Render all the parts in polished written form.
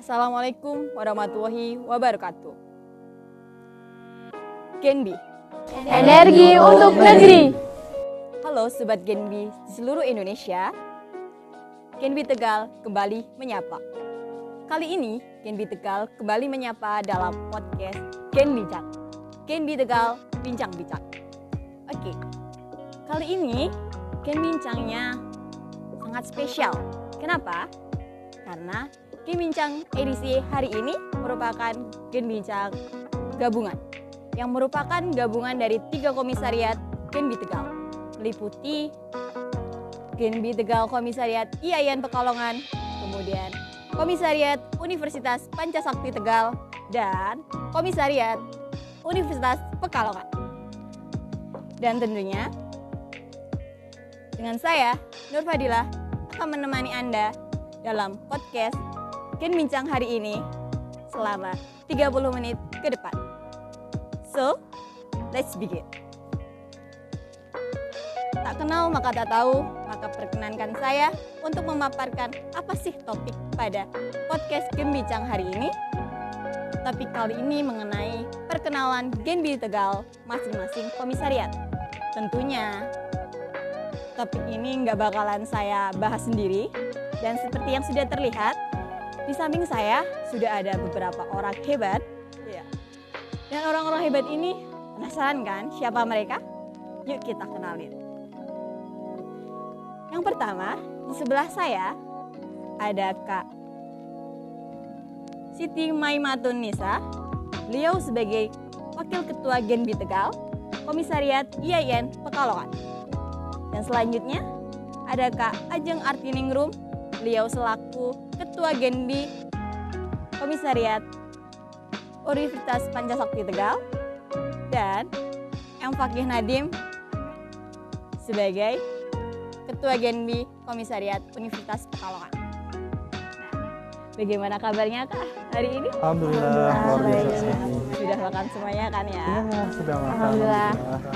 Assalamualaikum warahmatullahi wabarakatuh. Genbi, Energi untuk negeri. halo Sobat Genbi di seluruh Indonesia. Genbi Tegal kembali menyapa. Kali ini Genbi Tegal kembali menyapa dalam podcast Genbincang. Genbi Tegal bincang-bincang. Oke, kali ini Genbincangnya sangat spesial. Kenapa? Karena Genbincang edisi hari ini merupakan Genbincang gabungan yang merupakan gabungan dari 3 komisariat Genbi Tegal, meliputi Genbi Tegal Komisariat IAIN Pekalongan, kemudian Komisariat Universitas Pancasakti Tegal, dan Komisariat Universitas Pekalongan. Dan tentunya dengan saya, Nur Fadilah, akan menemani Anda dalam podcast Genbincang hari ini selama 30 menit ke depan. So, let's begin. Tak kenal maka tak tahu, maka perkenankan saya untuk memaparkan apa sih topik pada podcast Genbincang hari ini. Topik kali ini mengenai perkenalan Genbi Tegal masing-masing komisariat. Tentunya topik ini nggak bakalan saya bahas sendiri, dan seperti yang sudah terlihat di samping saya sudah ada beberapa orang hebat. Dan orang-orang hebat ini penasaran kan siapa mereka? Yuk kita kenalin. Yang pertama, di sebelah saya ada Kak Siti Maimatun Nisa. Beliau sebagai Wakil Ketua Genbi Tegal, Komisariat IAIN Pekalongan. Dan selanjutnya ada Kak Ajeng Artiningrum. Beliau selaku Ketua Genbi Komisariat Universitas Pancasakti Tegal, dan M. Fakih Nadim sebagai Ketua Genbi Komisariat Universitas Pekalongan. Nah, bagaimana kabarnya Kak hari ini? Alhamdulillah, luar biasa. Sudah makan semuanya kan ya? Ya, sudah makan. Alhamdulillah.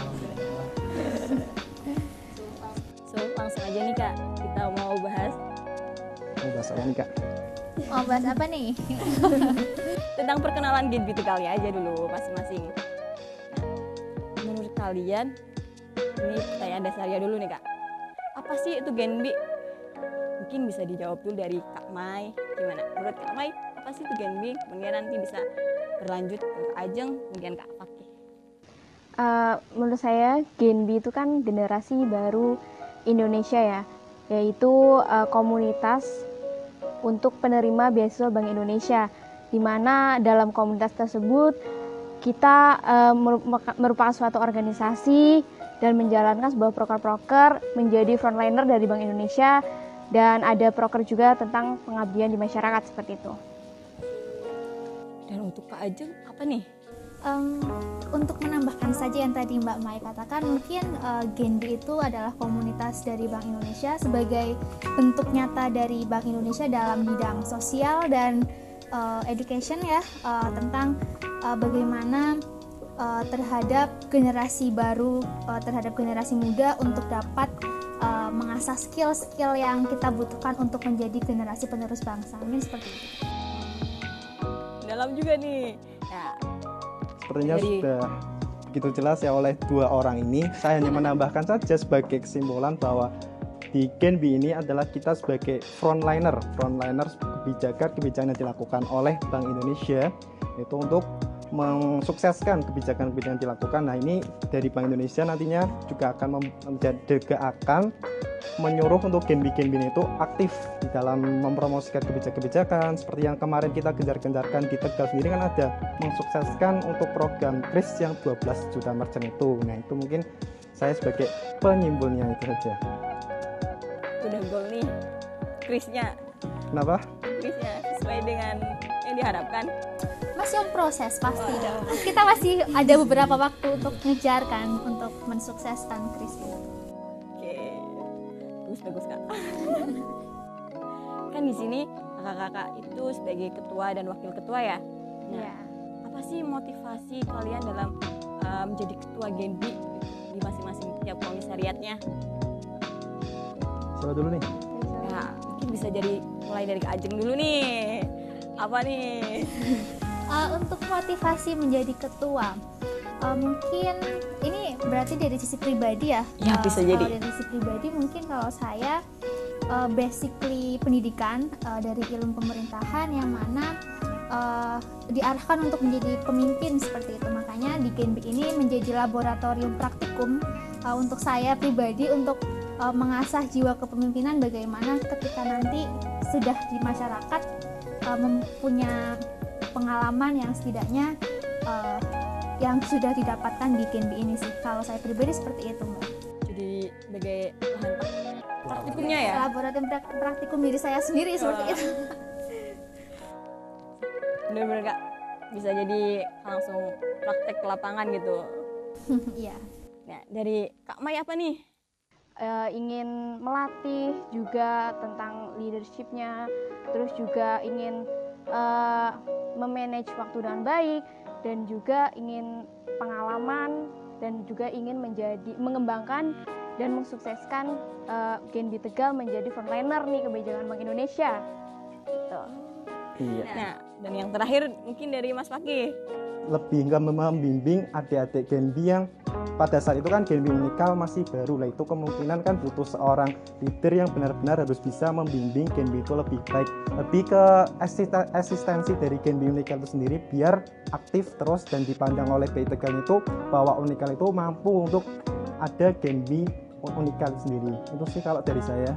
So, langsung aja nih Kak, kita mau bahas Bahasa apa nih Kak? Mau bahas apa nih? tentang perkenalan Genbi Tegalnya aja dulu masing-masing. Nah, menurut kalian, ini pertanyaan dasarnya dulu nih Kak. Apa sih itu Genbi? Mungkin bisa dijawab dulu dari Kak Mai. Gimana? Menurut Kak Mai, apa sih itu Genbi? Kemudian nanti bisa berlanjut ke Kak Ajeng, kemudian Kak Fakih. Menurut saya Genbi itu kan generasi baru Indonesia ya, yaitu komunitas untuk penerima beasiswa Bank Indonesia, di mana dalam komunitas tersebut kita merupakan suatu organisasi dan menjalankan sebuah proker-proker menjadi frontliner dari Bank Indonesia, dan ada proker juga tentang pengabdian di masyarakat seperti itu. Dan untuk Kak Ajeng apa nih? Untuk menambahkan saja yang tadi Mbak Mai katakan, mungkin Genbi itu adalah komunitas dari Bank Indonesia sebagai bentuk nyata dari Bank Indonesia dalam bidang sosial dan education ya, tentang bagaimana terhadap generasi baru, terhadap generasi muda untuk dapat mengasah skill-skill yang kita butuhkan untuk menjadi generasi penerus bangsa. Mungkin seperti itu. Dalam juga nih. Nah, Sepertinya sudah begitu jelas ya oleh 2 orang ini. Saya hanya menambahkan saja sebagai kesimpulan bahwa di Genbi ini adalah kita sebagai frontliner kebijakan yang dilakukan oleh Bank Indonesia, itu untuk mensukseskan kebijakan-kebijakan yang dilakukan. Nah, ini dari Bank Indonesia nantinya juga akan menyuruh untuk Genbi-Genbi itu aktif di dalam mempromosikan kebijakan-kebijakan seperti yang kemarin kita gencar-gencarkan di Tegal sendiri, kan ada mensukseskan untuk program KRIS yang 12 juta merchant itu. Nah, itu mungkin saya sebagai penyimpulnya itu saja. udah gol nih. Krisnya Kenapa? sesuai dengan yang diharapkan. Masih on proses pasti dong. Kita masih ada beberapa waktu untuk ngejar kan, untuk mensukseskan KRIS itu. Oke, bagus Kak. Kan di sini kakak-kakak itu sebagai ketua dan wakil ketua ya. Nah, Iya. apa sih motivasi kalian dalam menjadi ketua Genbi di masing-masing tiap komisariatnya? Siapa dulu nih? Nah, mungkin bisa mulai dari Kak Ajeng dulu nih. Apa nih? Untuk motivasi menjadi ketua, mungkin ini berarti dari sisi pribadi ya. Ya, bisa jadi. Kalau dari sisi pribadi mungkin kalau saya basically pendidikan dari ilmu pemerintahan yang mana diarahkan untuk menjadi pemimpin seperti itu. Makanya di Genbi ini menjadi laboratorium praktikum untuk saya pribadi untuk mengasah jiwa kepemimpinan, bagaimana ketika nanti sudah di masyarakat mempunyah pengalaman yang setidaknya yang sudah didapatkan di Genbi ini sih. Kalau saya pribadi seperti itu, Mbak. Jadi sebagai lahan praktikumnya ya? Laboratorium praktikum diri saya sendiri seperti itu. Bener-bener Kak, bisa jadi langsung praktek ke lapangan gitu. Iya. Nah, dari Kak Mai apa nih? Ingin melatih juga tentang leadership-nya, terus juga ingin memanage waktu dengan baik, dan juga ingin pengalaman, dan juga ingin mengembangkan dan mensukseskan Genbi Tegal menjadi frontliner nih kebijakan Bank Indonesia. Gitu. Iya. Nah, dan yang terakhir mungkin dari Mas Fakih. Lebih nggak membimbing adik-adik Genbi yang pada saat itu kan Genbi Unikal masih baru lah, itu kemungkinan kan butuh seorang leader yang benar-benar harus bisa membimbing Genbi itu lebih baik, lebih ke eksistensi dari Genbi Unikal itu sendiri biar aktif terus dan dipandang oleh BI Tegal itu bahwa Unikal itu mampu untuk ada Genbi Unikal sendiri. Itu sih kalau dari saya.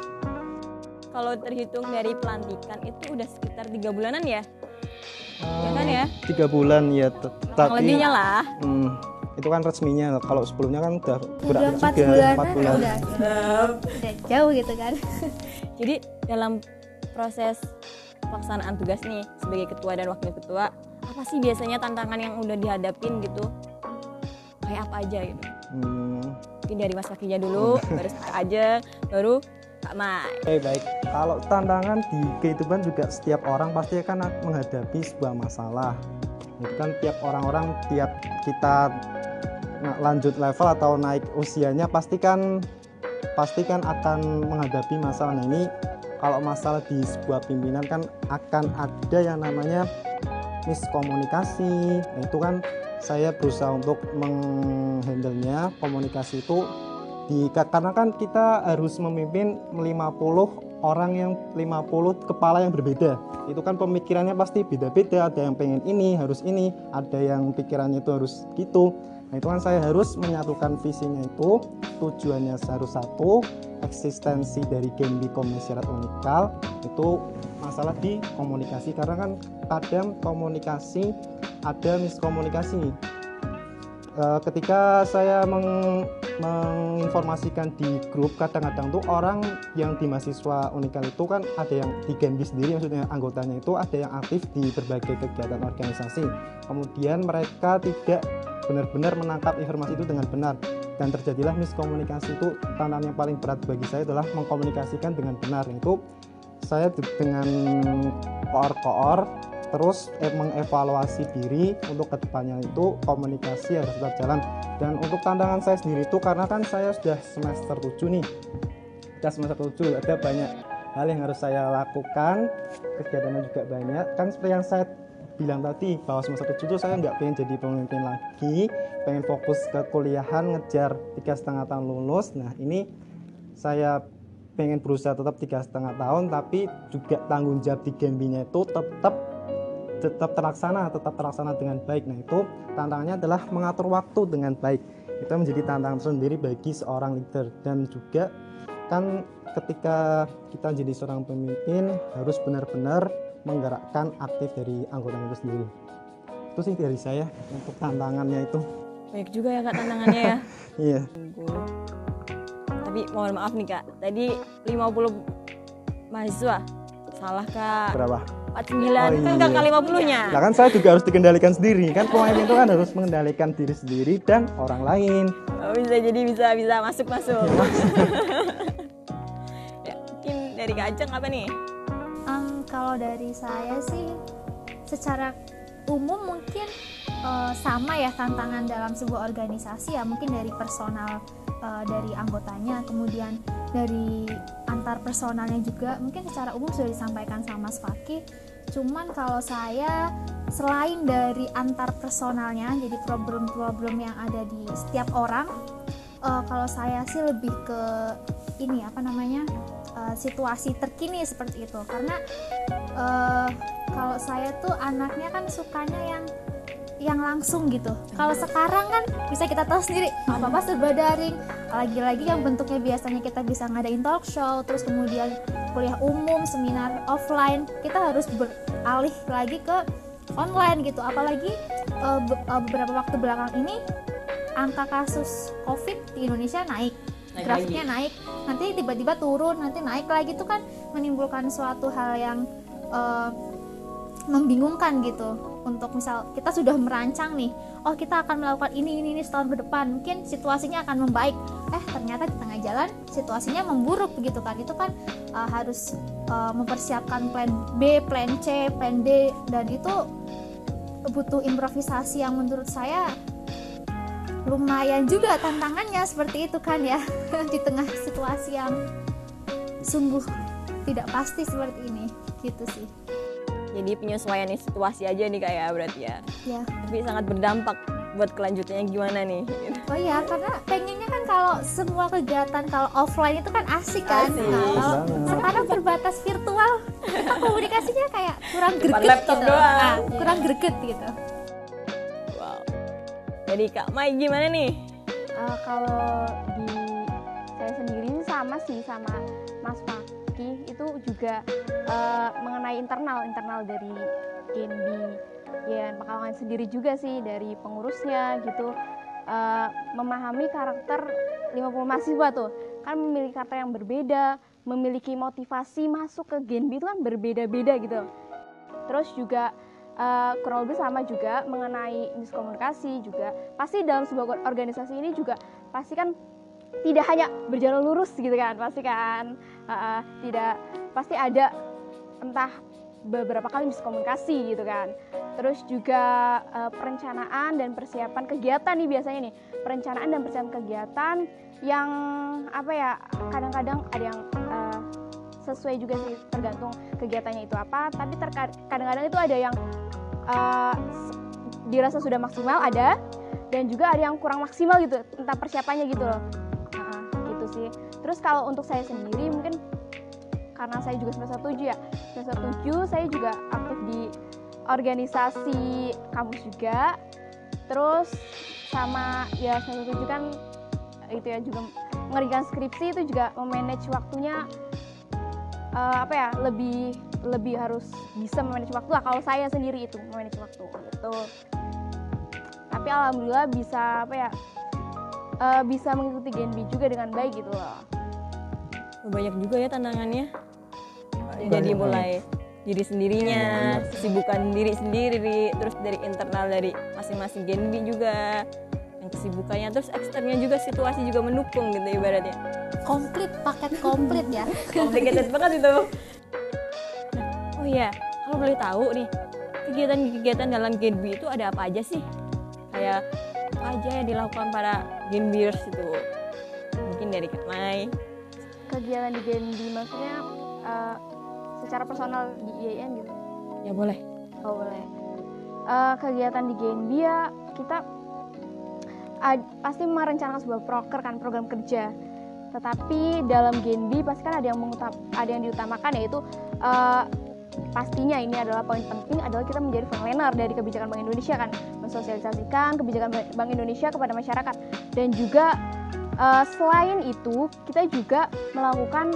Kalau terhitung dari pelantikan itu udah sekitar 3 bulanan ya? Ya kan ya? 3 bulan ya, Kurang lebihnya lah. Itu kan resminya. Kalau sebelumnya kan udah Udah 4 juga, bulanan, 4 bulan. udah jauh gitu kan. Jadi dalam proses pelaksanaan tugas nih sebagai ketua dan wakil ketua, apa sih biasanya tantangan yang udah dihadapin gitu? Kayak apa aja gitu? Mungkin dari Mas Fakihnya dulu, baru Kak Ajeng, baru Kak Mai. Oke, baik. Kalau tantangan di kehidupan juga setiap orang pasti akan menghadapi sebuah masalah. Itu kan tiap orang-orang, tiap kita lanjut level atau naik usianya pasti kan akan menghadapi masalah. Nah, ini kalau masalah di sebuah pimpinan kan akan ada yang namanya miskomunikasi. Nah, itu kan saya berusaha untuk menghandle-nya. Komunikasi itu karena kan kita harus memimpin 50 orang yang 50 kepala yang berbeda. Itu kan pemikirannya pasti beda-beda, ada yang pengen ini, harus ini, ada yang pikirannya itu harus gitu. Nah, itu kan saya harus menyatukan visinya itu, tujuannya harus satu, eksistensi dari Genbi Komisariat Unikal itu masalah di komunikasi, karena kan kadang komunikasi ada miskomunikasi. Ketika saya menginformasikan di grup, kadang-kadang tuh orang yang di mahasiswa Unikal itu kan ada yang di Genbi sendiri, maksudnya anggotanya itu ada yang aktif di berbagai kegiatan organisasi. Kemudian mereka tidak benar-benar menangkap informasi itu dengan benar dan terjadilah miskomunikasi. Itu tantangan yang paling berat bagi saya adalah mengkomunikasikan dengan benar. Itu saya dengan koor terus mengevaluasi diri untuk kedepannya itu komunikasi harus tetap jalan. Dan untuk tantangan saya sendiri itu karena kan saya sudah semester 7 nih, ada banyak hal yang harus saya lakukan, kegiatannya juga banyak. Kan seperti yang saya bilang tadi bahwa semester 7 itu saya nggak pengen jadi pemimpin lagi, pengen fokus ke kuliahan, ngejar 3,5 tahun lulus. Nah, ini saya pengen berusaha tetap 3,5 tahun, tapi juga tanggung jawab di Genbi-nya itu tetap terlaksana dengan baik. Nah, itu tantangannya adalah mengatur waktu dengan baik. Itu menjadi tantangan sendiri bagi seorang leader. Dan juga kan ketika kita jadi seorang pemimpin harus benar-benar menggerakkan aktif dari anggota itu sendiri. Itu sih dari saya untuk tantangannya itu. Banyak juga ya Kak tantangannya ya. Iya. Tapi mohon maaf nih Kak, tadi 50 mahasiswa. Salah Kak. Berapa? 49, kan Kakak 50-nya. Nah, kan saya juga harus dikendalikan sendiri. Kan pemimpin itu kan harus mengendalikan diri sendiri dan orang lain. Oh, bisa masuk. Ya, mungkin dari Kak Ajeng apa nih? Kalau dari saya sih secara umum mungkin sama ya tantangan dalam sebuah organisasi ya, mungkin dari personal dari anggotanya, kemudian dari antar personalnya juga mungkin secara umum sudah disampaikan sama Mas Fakih. Cuman kalau saya selain dari antar personalnya, jadi problem-problem yang ada di setiap orang, kalau saya sih lebih ke ini situasi terkini seperti itu. Karena kalau saya tuh anaknya kan sukanya yang langsung gitu. Kalau sekarang kan bisa kita tahu sendiri, apa-apa serba daring. Lagi-lagi yang bentuknya biasanya kita bisa ngadain talk show, terus kemudian kuliah umum, seminar offline, kita harus beralih lagi ke online gitu. Apalagi beberapa waktu belakang ini angka kasus COVID di Indonesia naik, grafiknya naik, nanti tiba-tiba turun, nanti naik lagi, itu kan menimbulkan suatu hal yang membingungkan gitu. Untuk misal kita sudah merancang nih, kita akan melakukan ini setahun ke depan, mungkin situasinya akan membaik, ternyata di tengah jalan situasinya memburuk begitu kan. Itu kan harus mempersiapkan plan B, plan C, plan D, dan itu butuh improvisasi yang menurut saya lumayan juga tantangannya seperti itu kan ya. Di tengah situasi yang sungguh tidak pasti seperti ini gitu sih. Jadi penyesuaian situasi aja nih kayak berarti ya. Ya. Tapi sangat berdampak buat kelanjutannya gimana nih. Oh iya, karena pengennya kan kalau semua kegiatan kalau offline itu kan asik kan. Asik. Kalau sekarang terbatas virtual, kita komunikasinya kayak kurang Depan greget laptop gitu. doang. Kurang greget gitu. Wow. Jadi Kak Mai gimana nih? Kalau di saya sendiri sama sih sama Mas Fakih, itu juga mengenai internal dari Genbi ya, Pekalongan sendiri juga sih, dari pengurusnya gitu, memahami karakter 50 mahasiswa tuh kan memiliki karakter yang berbeda, memiliki motivasi masuk ke Genbi itu kan berbeda-beda gitu. Terus juga kurang lebih sama juga mengenai miskomunikasi juga. Pasti dalam sebuah organisasi ini juga pasti kan tidak hanya berjalan lurus gitu kan, pasti kan tidak, pasti ada entah beberapa kali miskomunikasi gitu kan. Terus juga perencanaan dan persiapan kegiatan nih biasanya nih, perencanaan dan persiapan kegiatan yang kadang-kadang ada yang sesuai juga sih, tergantung kegiatannya itu apa, tapi kadang-kadang itu ada yang dirasa sudah maksimal ada, dan juga ada yang kurang maksimal gitu tentang persiapannya gitu loh. Gitu sih. Terus kalau untuk saya sendiri mungkin karena saya juga semester 7 ya, semester 7 saya juga aktif di organisasi kampus juga. Terus sama ya semester 7 kan itu ya juga mengerjakan skripsi, itu juga memanage waktunya lebih harus bisa memanage waktu lah. Kalau saya sendiri itu memanage waktu gitu. Tapi alhamdulillah bisa bisa mengikuti Genbi juga dengan baik gitu loh. Banyak juga ya tantangannya. Banyak. Jadi mulai diri sendirinya, kesibukan diri sendiri, terus dari internal dari masing-masing Genbi juga yang kesibukannya, terus eksternnya juga situasi juga mendukung gitu ibaratnya. Paket komplit ya. Complicated banget itu. Nah, oh iya, kalau boleh tahu nih, kegiatan-kegiatan dalam Genbi itu ada apa aja sih? Kayak apa aja yang dilakukan para Genbiers itu? Mungkin dari Kak Mai. Kegiatan di Genbi maksudnya secara personal di IAIN gitu? Ya boleh. Oh boleh. Kegiatan di Genbi ya kita pasti merencanakan sebuah program kerja. Tetapi dalam Genbi pasti kan ada yang diutamakan, yaitu pastinya ini adalah poin penting adalah kita menjadi frontliner dari kebijakan Bank Indonesia kan, mensosialisasikan kebijakan Bank Indonesia kepada masyarakat. Dan juga selain itu kita juga melakukan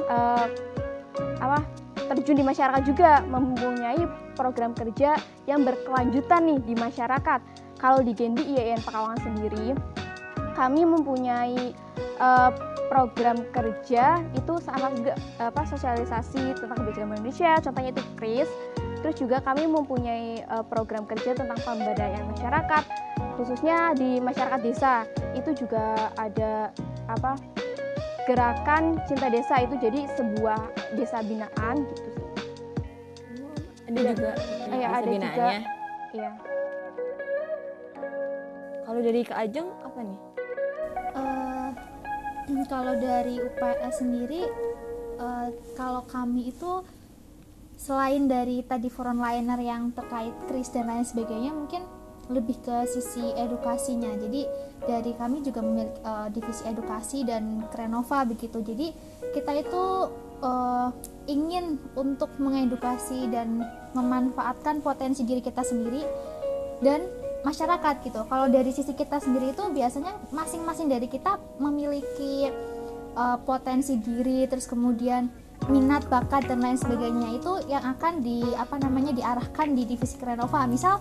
terjun di masyarakat juga, mempunyai program kerja yang berkelanjutan nih di masyarakat. Kalau di Genbi IAIN Pekalongan sendiri, kami mempunyai program kerja itu sama juga sosialisasi tentang kebijakan Indonesia, contohnya itu KRIS. Terus juga kami mempunyai program kerja tentang pemberdayaan masyarakat, khususnya di masyarakat desa. Itu juga ada gerakan Cinta Desa, itu jadi sebuah desa binaan gitu sih. Ada juga Ada binaannya. juga. Iya. Kalau dari Kak Ajeng apa nih? Kalau dari UPS sendiri kalau kami itu selain dari tadi frontliner yang terkait kris dan lain sebagainya, mungkin lebih ke sisi edukasinya. Jadi dari kami juga memiliki divisi edukasi dan Krenova begitu. Jadi kita itu ingin untuk mengedukasi dan memanfaatkan potensi diri kita sendiri dan masyarakat gitu. Kalau dari sisi kita sendiri itu biasanya masing-masing dari kita memiliki potensi diri, terus kemudian minat, bakat dan lain sebagainya, itu yang akan diarahkan di divisi Krenova. Misal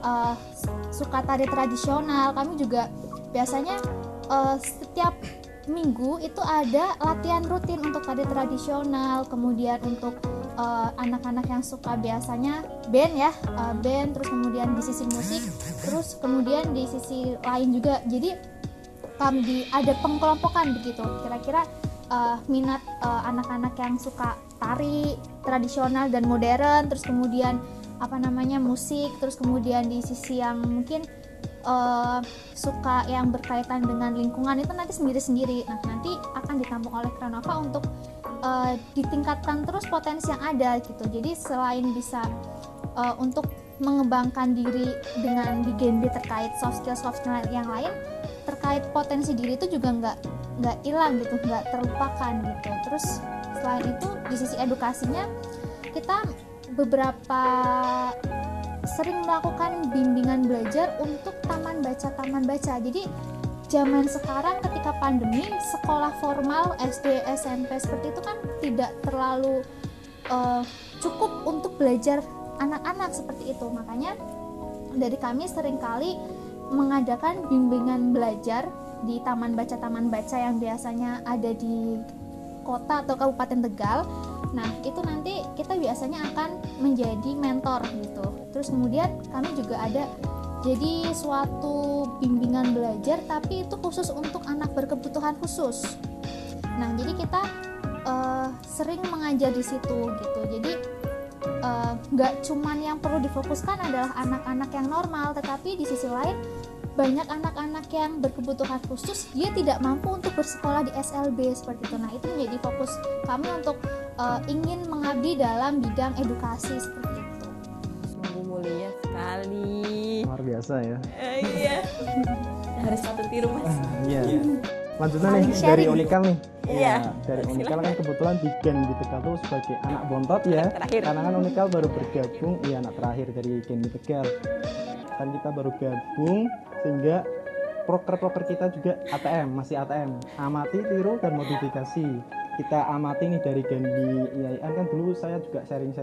suka tari tradisional, kami juga biasanya setiap minggu itu ada latihan rutin untuk tari tradisional. Kemudian untuk anak-anak yang suka biasanya band ya, band, terus kemudian di sisi musik, terus kemudian di sisi lain juga. Jadi kami ada pengkelompokan begitu, kira-kira minat anak-anak yang suka tari tradisional dan modern, terus kemudian musik, terus kemudian di sisi yang mungkin suka yang berkaitan dengan lingkungan, itu nanti sendiri-sendiri. Nah, nanti akan ditampung oleh Krenova untuk ditingkatkan terus potensi yang ada gitu. Jadi selain bisa untuk mengembangkan diri dengan di Genbi terkait soft skill yang lain, terkait potensi diri itu juga nggak hilang gitu, nggak terlupakan gitu. Terus selain itu di sisi edukasinya kita beberapa sering melakukan bimbingan belajar untuk taman baca. Jadi zaman sekarang ketika pandemi, sekolah formal SD, SMP seperti itu kan tidak terlalu cukup untuk belajar anak-anak seperti itu. Makanya dari kami seringkali mengadakan bimbingan belajar di taman baca yang biasanya ada di kota atau Kabupaten Tegal. Nah, itu nanti kita biasanya akan menjadi mentor gitu. Terus kemudian kami juga ada jadi suatu bimbingan belajar, tapi itu khusus untuk anak berkebutuhan khusus. Nah, jadi kita sering mengajar di situ gitu. Jadi nggak cuman yang perlu difokuskan adalah anak-anak yang normal, tetapi di sisi lain banyak anak-anak yang berkebutuhan khusus, dia tidak mampu untuk bersekolah di SLB seperti itu. Nah, itu menjadi fokus kami untuk ingin mengabdi dalam bidang edukasi seperti itu. Sungguh mulia sekali. Luar biasa ya. Iya. Harus patut tiru, Mas. Iya. Lanjutnya nih Saling dari sharing. Unikal nih. Iya. Dari Unikal kan kebetulan di Genbi Tegal tuh sebagai anak bontot ya. Terakhir. Karena kan Unikal baru bergabung, anak terakhir dari Genbi Tegal. Kan kita baru gabung sehingga proker kita juga ATM, masih ATM, amati, tiru dan modifikasi. Kita amati nih dari Genbi IAIN, kan dulu saya juga sharing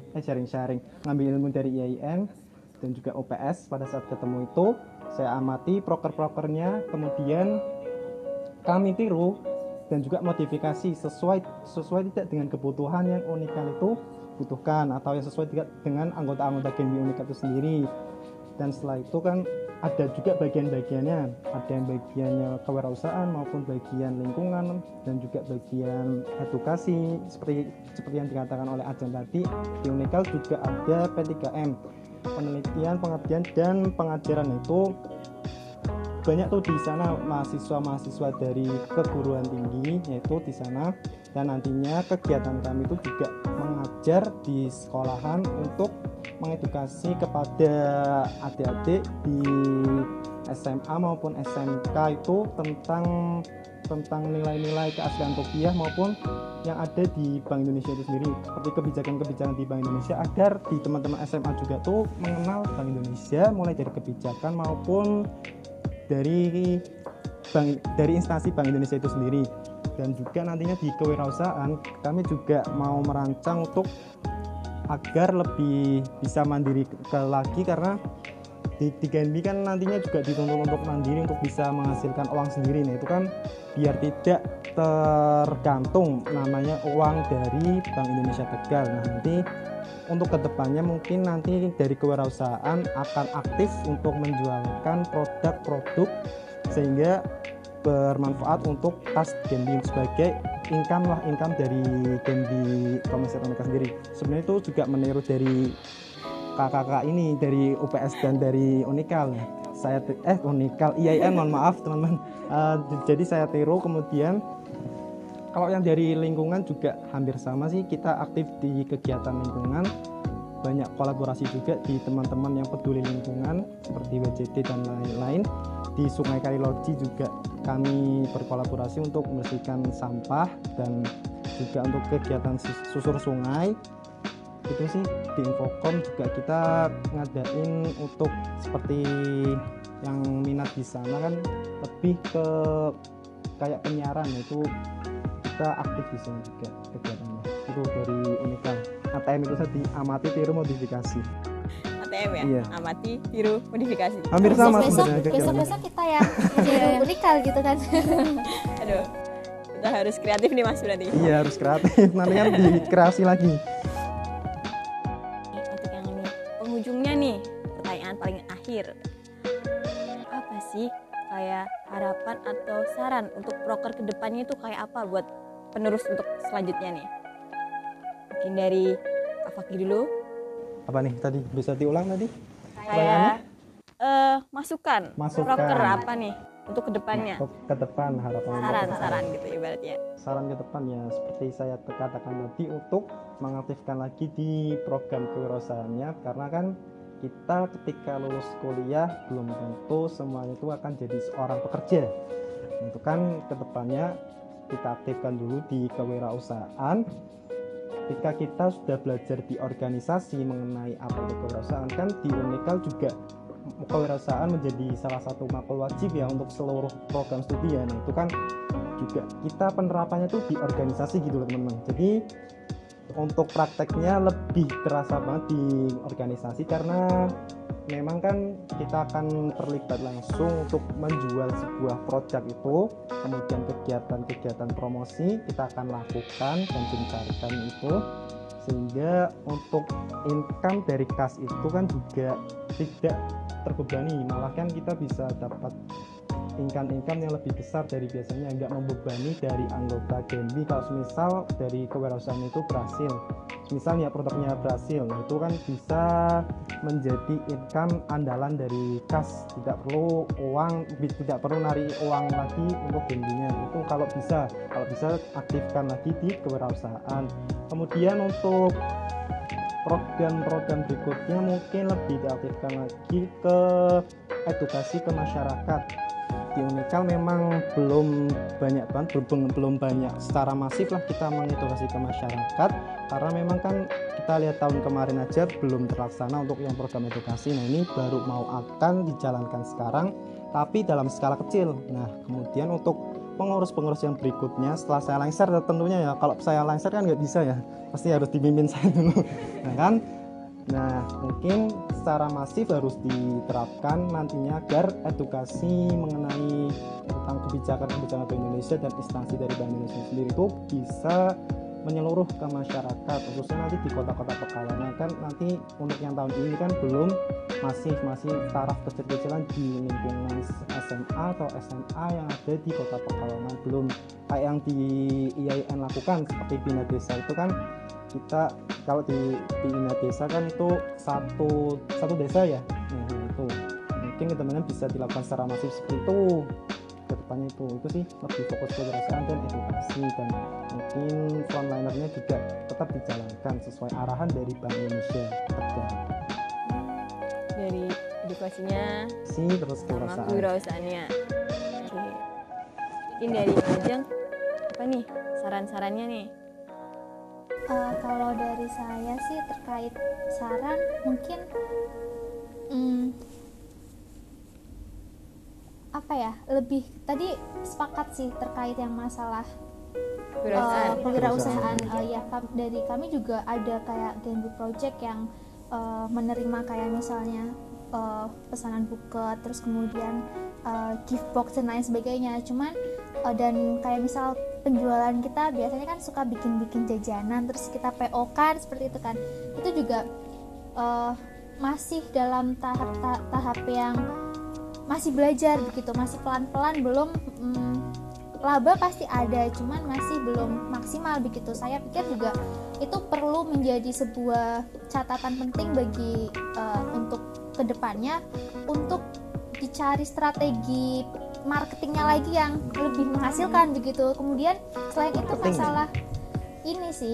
ngambil ilmu dari IAIN dan juga OPS. Pada saat ketemu itu saya amati prokernya, kemudian kami tiru dan juga modifikasi sesuai tidak dengan kebutuhan yang Unikal itu butuhkan, atau yang sesuai tidak dengan anggota-anggota Genbi Unikal itu sendiri. Dan setelah itu kan ada juga bagian-bagiannya, ada yang bagiannya kewirausahaan maupun bagian lingkungan dan juga bagian edukasi seperti yang dikatakan oleh Ajan tadi. Di Unikal juga ada P3M, penelitian, pengabdian dan pengajaran. Itu banyak tuh di sana mahasiswa dari keguruan tinggi yaitu di sana, dan nantinya kegiatan kami itu juga mengajar di sekolahan untuk mengedukasi kepada adik-adik di SMA maupun SMK itu tentang nilai-nilai keaslian rupiah maupun yang ada di Bank Indonesia itu sendiri, seperti kebijakan-kebijakan di Bank Indonesia, agar di teman-teman SMA juga tuh mengenal Bank Indonesia, mulai dari kebijakan maupun dari instansi Bank Indonesia itu sendiri. Dan juga nantinya di kewirausahaan kami juga mau merancang untuk agar lebih bisa mandiri lagi, karena di Genbi kan nantinya juga dituntut untuk mandiri, untuk bisa menghasilkan uang sendiri. Nah, itu kan biar tidak tergantung namanya uang dari Bank Indonesia Tegal. Nah, nanti untuk kedepannya mungkin nanti dari kewirausahaan akan aktif untuk menjualkan produk-produk sehingga bermanfaat untuk tas Genbi sebagai income dari Genbi Komersial Unikal sendiri. Sebenarnya itu juga meniru dari kakak-kakak ini dari UPS dan dari Unikal. Unikal IAIN, mohon maaf teman-teman. Jadi saya tiru, kemudian Kalau yang dari lingkungan juga hampir sama sih, kita aktif di kegiatan lingkungan, banyak kolaborasi juga di teman-teman yang peduli lingkungan seperti WCT dan lain-lain. Di Sungai Kaliloji juga kami berkolaborasi untuk membersihkan sampah dan juga untuk kegiatan susur sungai. Itu sih di Infocom juga kita ngadain untuk seperti yang minat di sana kan lebih ke kayak penyiaran, itu kita aktif di sana juga kegiatannya. Itu dari Unikal. ATM itu tadi amati tiru modifikasi. ATM ya? Iya. Amati, tiru, modifikasi. Hampir sama sebenarnya kegiatannya. Besok kita yang jadi Unikal gitu kan. Aduh, kita harus kreatif nih Mas berarti. Iya, harus kreatif. Nanti kan dikreasi lagi. Untuk yang ini, penghujungnya nih, pertanyaan paling akhir. Apa sih kayak harapan atau saran untuk proker kedepannya itu kayak apa buat penerus untuk selanjutnya nih? Mungkin dari Kak Fakih dulu. Apa nih tadi? Bisa diulang tadi? Kayak masukan Masukan. proker apa nih untuk kedepannya? Ke depan harapan. Saran-saran gitu ibaratnya. Saran ke depan ya seperti saya katakan tadi, untuk mengaktifkan lagi di program kewirausahaannya, karena kan kita ketika lulus kuliah belum tentu semuanya itu akan jadi seorang pekerja. Itu kan ke depannya kita aktifkan dulu di kewirausahaan. Ketika kita sudah belajar di organisasi mengenai apa itu kewirausahaan, kan di Unikal juga kewirausahaan menjadi salah satu makul wajib ya untuk seluruh program studi ya. Nah itu kan juga kita penerapannya tuh di organisasi gitu loh teman-teman. Jadi untuk prakteknya lebih terasa banget di organisasi, karena memang kan kita akan terlibat langsung untuk menjual sebuah produk itu, kemudian kegiatan-kegiatan promosi kita akan lakukan dan gencarkan itu, sehingga untuk income dari kas itu kan juga tidak terbebani, malah kan kita bisa dapat income yang lebih besar dari biasanya, nggak membebani dari anggota GNB. Kalau misal dari kewirausahaan itu berhasil, misalnya produknya berhasil, nah itu kan bisa menjadi income andalan dari kas, tidak perlu nari uang lagi untuk GNB-nya. Itu kalau bisa aktifkan lagi di kewirausahaan. Kemudian untuk program-program berikutnya mungkin lebih diaktifkan lagi ke edukasi ke masyarakat. Di Unikal memang belum banyak secara masif lah kita mengedukasi ke masyarakat, karena memang kan kita lihat tahun kemarin aja belum terlaksana untuk yang program edukasi. Nah ini baru mau akan dijalankan sekarang, tapi dalam skala kecil. Nah kemudian untuk pengurus-pengurus yang berikutnya setelah saya lengser tentunya ya, kalau saya lengser kan nggak bisa ya, pasti harus dipimpin saya dulu. Nah mungkin secara masif harus diterapkan nantinya agar edukasi mengenai tentang kebijakan Bank Indonesia dan instansi dari Bank Indonesia sendiri itu bisa menyeluruh ke masyarakat, khususnya nanti di kota-kota Pekalongan. Kan nanti untuk yang tahun ini kan belum, masih taraf kecil-kecilan di lingkungan SMA atau SMA yang ada di kota Pekalongan, belum kayak yang di IAIN lakukan seperti Bina Desa. Itu kan kita kalau di Bina Desa kan itu satu desa ya. Nah, itu mungkin teman-teman bisa dilakukan secara masif seperti itu ke depannya. Itu sih lebih fokus ke kewirausahaan dan edukasi, dan mungkin frontlinernya juga tetap dijalankan sesuai arahan dari Bank Indonesia terus Dari edukasinya terus sama kewirausahaannya. Oke. Mungkin dari Ajeng apa nih saran-sarannya nih? Kalau dari saya sih terkait saran mungkin lebih tadi sepakat sih terkait yang masalah kewirausahaan. Ya dari kami juga ada kayak GNB Project yang menerima kayak misalnya pesanan buket, terus kemudian gift box dan lain sebagainya. Cuman dan kayak misal penjualan kita biasanya kan suka bikin jajanan terus kita PO kan seperti itu kan, itu juga masih dalam tahap yang masih belajar begitu, masih pelan-pelan, belum laba pasti ada, cuman masih belum maksimal begitu. Saya pikir juga itu perlu menjadi sebuah catatan penting bagi untuk kedepannya, untuk dicari strategi marketingnya lagi yang lebih menghasilkan begitu. Kemudian selain itu Marketing. masalah ini sih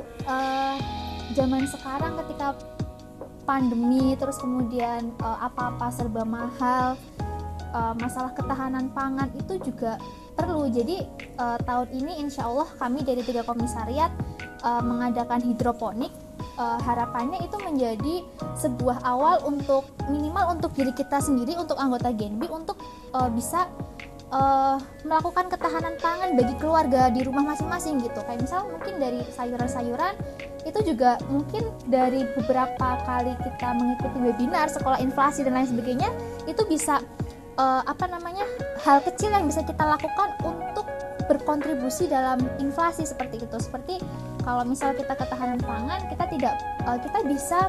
zaman sekarang ketika pandemi terus kemudian apa-apa serba mahal, masalah ketahanan pangan itu juga perlu. Jadi tahun ini insya Allah kami dari 3 komisariat mengadakan hidroponik. Harapannya itu menjadi sebuah awal untuk minimal untuk diri kita sendiri, untuk anggota Genbi untuk bisa melakukan ketahanan pangan bagi keluarga di rumah masing-masing gitu. Kayak misal mungkin dari sayuran-sayuran itu juga mungkin dari beberapa kali kita mengikuti webinar sekolah inflasi dan lain sebagainya, itu bisa hal kecil yang bisa kita lakukan untuk berkontribusi dalam inflasi seperti itu. Seperti kalau misal kita ketahanan pangan, kita bisa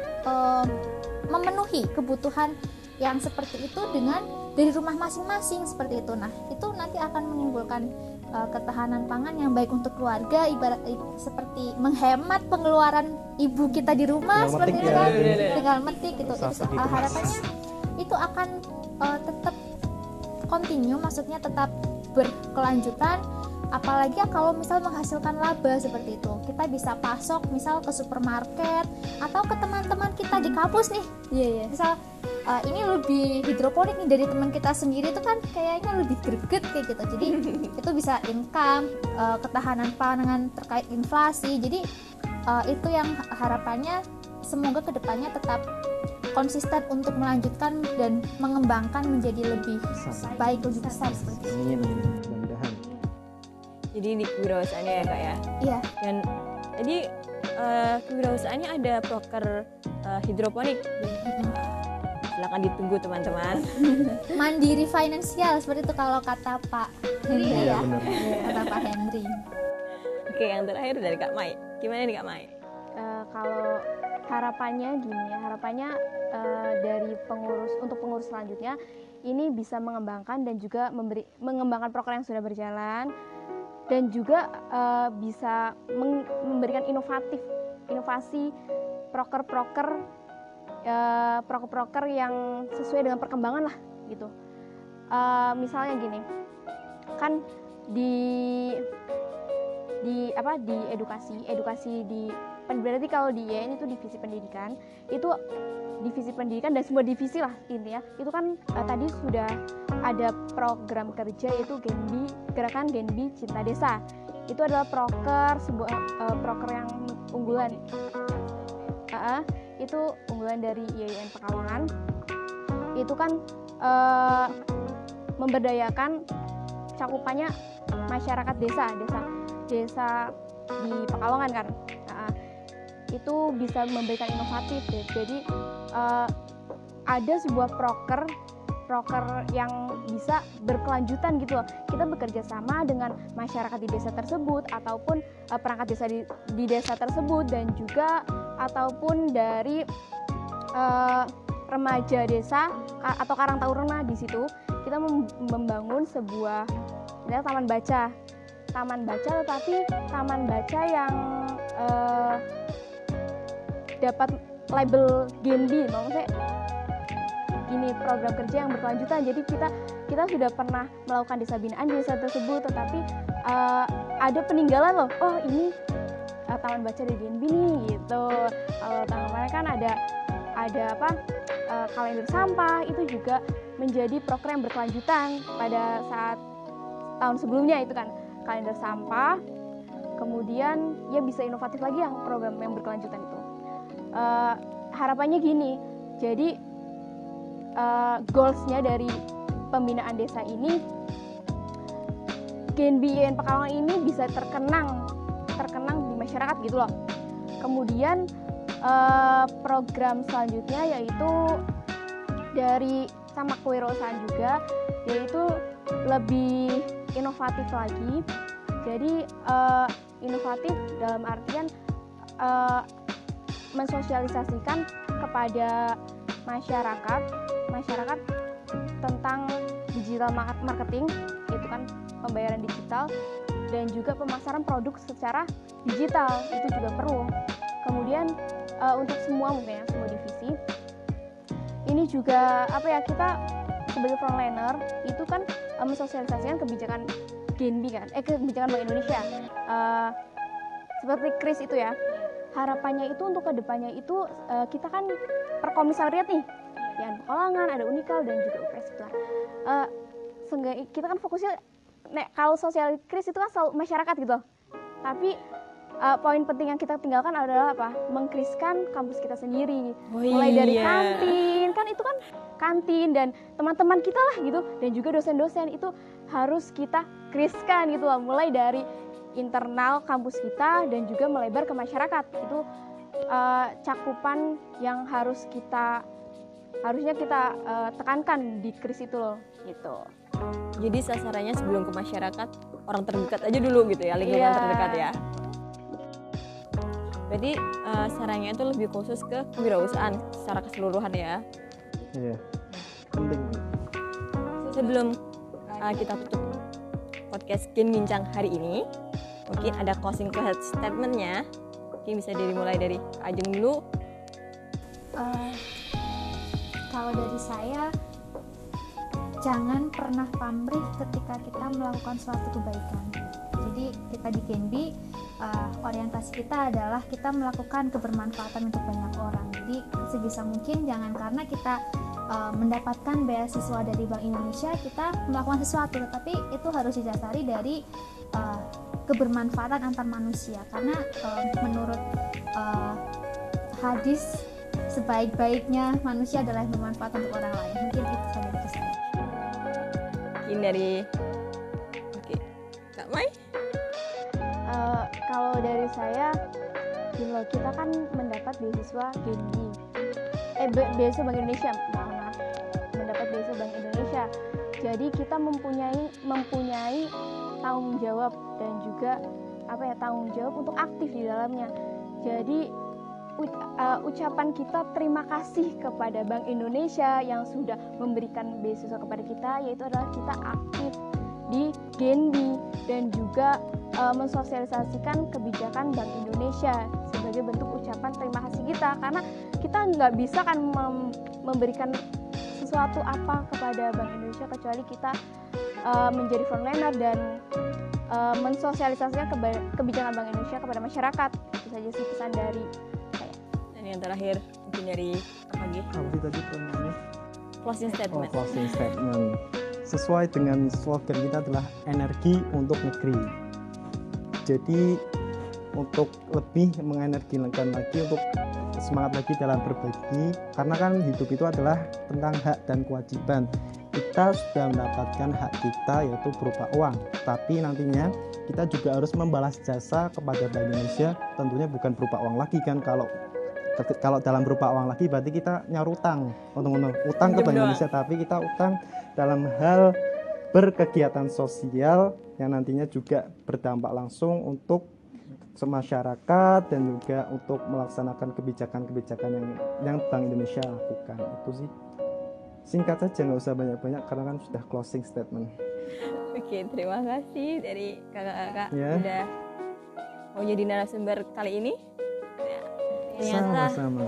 memenuhi kebutuhan yang seperti itu dengan dari rumah masing-masing seperti itu. Nah, itu nanti akan menimbulkan ketahanan pangan yang baik untuk keluarga, ibarat seperti menghemat pengeluaran ibu kita di rumah Tinggal seperti metik itu ya, kan, ini. tinggal metik gitu. Sasa gitu. Harapannya itu akan tetap continue, maksudnya tetap berkelanjutan. Apalagi kalau misal menghasilkan laba seperti itu, kita bisa pasok misal ke supermarket atau ke teman-teman kita di kampus nih. Misal ini lebih hidroponik nih dari teman kita sendiri, itu kan kayaknya lebih greget kayak gitu. Jadi itu bisa income, ketahanan pangan terkait inflasi. Jadi itu yang harapannya semoga kedepannya tetap konsisten untuk melanjutkan dan mengembangkan menjadi lebih baik, lebih besar seperti itu. Amin, mudah-mudahan. Jadi di kewirausahaannya ya Kak ya. Iya. Dan jadi kewirausahaannya ada proker hidroponik. Silakan ditunggu teman-teman. Mandiri finansial seperti itu kalau kata Pak Henry Iya, ya. benar. Kata Pak Henry. Oke, yang terakhir dari Kak Mai. Gimana nih Kak Mai? Kalau harapannya gini ya, harapannya dari pengurus selanjutnya ini bisa mengembangkan dan juga mengembangkan program yang sudah berjalan, dan juga bisa memberikan inovasi proker-proker yang sesuai dengan perkembangan lah gitu. Misalnya gini, kan di edukasi di berarti kalau di IAIN itu divisi pendidikan dan semua divisi lah intinya itu kan tadi sudah ada program kerja yaitu gerakan Genbi Cinta Desa. Itu adalah sebuah proker yang unggulan. Itu unggulan dari IAIN Pekalongan. Itu kan memberdayakan cakupannya masyarakat desa di Pekalongan kan. Itu bisa memberikan inovatif deh. Jadi ada sebuah proker yang bisa berkelanjutan gitu loh. Kita bekerja sama dengan masyarakat di desa tersebut ataupun perangkat desa di desa tersebut, dan juga ataupun dari remaja desa atau Karang Taruna. Di situ kita membangun sebuah taman baca, tetapi taman baca yang dapat label Genbi, maksudnya ini program kerja yang berkelanjutan. Jadi kita sudah pernah melakukan desa binaan di desa tersebut, tetapi ada peninggalan loh. Oh ini taman baca dari Genbi nih gitu. Kalau tahun kemarin kan ada kalender sampah, itu juga menjadi program yang berkelanjutan pada saat tahun sebelumnya itu kan kalender sampah. Kemudian ya bisa inovatif lagi yang program yang berkelanjutan itu. Harapannya gini, jadi goalsnya dari pembinaan desa ini, Genbi IAIN Pekalongan ini bisa terkenang di masyarakat gitu loh. Kemudian program selanjutnya yaitu dari sama kewirausahaan juga, yaitu lebih inovatif lagi. Jadi inovatif dalam artian mensosialisasikan kepada masyarakat tentang digital marketing, itu kan pembayaran digital, dan juga pemasaran produk secara digital, itu juga perlu. Kemudian untuk semua divisi ini juga kita sebagai frontliner itu kan mensosialisasikan kebijakan Genbi kan, kebijakan Bank Indonesia. Seperti Kris itu ya. Harapannya itu untuk kedepannya itu kita kan perkomisariat nih, ya Pekalongan, ada Unikal dan juga UPS gitu lah. Kita kan fokusnya kalau sosial Kris itu kan selalu masyarakat gitu. Tapi poin penting yang kita tinggalkan adalah apa? Mengkriskan kampus kita sendiri. Mulai dari kantin, kan itu kan kantin dan teman-teman kita lah gitu, dan juga dosen-dosen itu harus kita kriskan gitu loh. Mulai dari internal kampus kita dan juga melebar ke masyarakat. Itu cakupan yang harusnya kita tekankan di kris itu loh gitu. Jadi sasarannya sebelum ke masyarakat, orang terdekat aja dulu gitu ya, lingkungan terdekat ya. Berarti sarannya itu lebih khusus ke kewirausahaan secara keseluruhan ya. Iya, penting. Sebelum kita tutup podcast Gen Bincang hari ini, mungkin ada closing statement-nya. Mungkin bisa dimulai dari Ajeng dulu. Kalau dari saya, jangan pernah pamrih ketika kita melakukan suatu kebaikan. Jadi kita di Genbi, orientasi kita adalah kita melakukan kebermanfaatan untuk banyak orang. Jadi sebisa mungkin jangan karena kita mendapatkan beasiswa dari Bank Indonesia kita melakukan sesuatu, tetapi itu harus didasari dari kebermanfaatan antar manusia. Karena menurut hadis, sebaik-baiknya manusia adalah yang bermanfaat untuk orang lain. Mungkin itu saja dari saya. Mungkin dari Kak Mai. Kalau dari saya, kita kan mendapat beasiswa Genbi, beasiswa Bank Indonesia, mendapat beasiswa Bank Indonesia. Jadi kita mempunyai tanggung jawab dan juga tanggung jawab untuk aktif di dalamnya. Jadi ucapan kita terima kasih kepada Bank Indonesia yang sudah memberikan beasiswa kepada kita, yaitu adalah kita aktif di Genbi dan juga mensosialisasikan kebijakan Bank Indonesia sebagai bentuk ucapan terima kasih kita, karena kita nggak bisa kan memberikan sesuatu apa kepada Bank Indonesia kecuali kita menjadi frontliner dan mensosialisasikan kebijakan Bank Indonesia kepada masyarakat. Itu saja sih pesan dari saya. Dan yang terakhir mungkin dari Agi. Apa tadi namanya? Closing statement. Closing statement. Sesuai dengan slogan kita adalah energi untuk negeri. Jadi untuk lebih mengenergikan lagi, untuk semangat lagi dalam berbagi, karena kan hidup itu adalah tentang hak dan kewajiban. Kita sudah mendapatkan hak kita yaitu berupa uang, tapi nantinya kita juga harus membalas jasa kepada Bank Indonesia, tentunya bukan berupa uang lagi kan. Kalau dalam berupa uang lagi berarti kita nyaur utang ke Bank Indonesia, tapi kita utang dalam hal berkegiatan sosial yang nantinya juga berdampak langsung untuk masyarakat dan juga untuk melaksanakan kebijakan-kebijakan yang Bank Indonesia lakukan. Itu sih singkat saja, nggak usah banyak-banyak karena kan sudah closing statement. Oke, terima kasih dari kakak-kakak udah mau jadi narasumber kali ini. Ternyata sama-sama.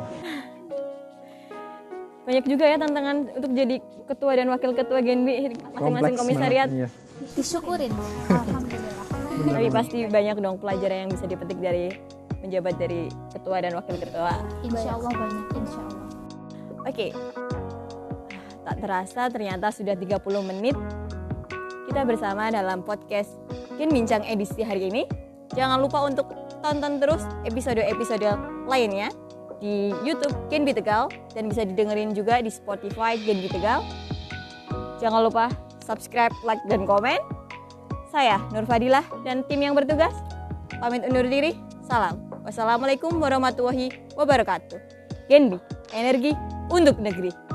Banyak juga ya tantangan untuk jadi ketua dan wakil ketua Genbi masing-masing komisariat. Iya. Disyukurin, alhamdulillah. Tapi pasti banyak dong pelajaran yang bisa dipetik dari menjabat dari ketua dan wakil ketua. Insya Allah banyak, insya Allah. Oke, tak terasa ternyata sudah 30 menit kita bersama dalam podcast Gen Bincang edisi hari ini. Jangan lupa untuk tonton terus episode-episode lainnya di YouTube Genbi Tegal dan bisa didengerin juga di Spotify Genbi Tegal. Jangan lupa subscribe, like, dan komen. Saya Nur Fadilah dan tim yang bertugas pamit undur diri. Salam. Wassalamualaikum warahmatullahi wabarakatuh. Genbi, energi untuk negeri.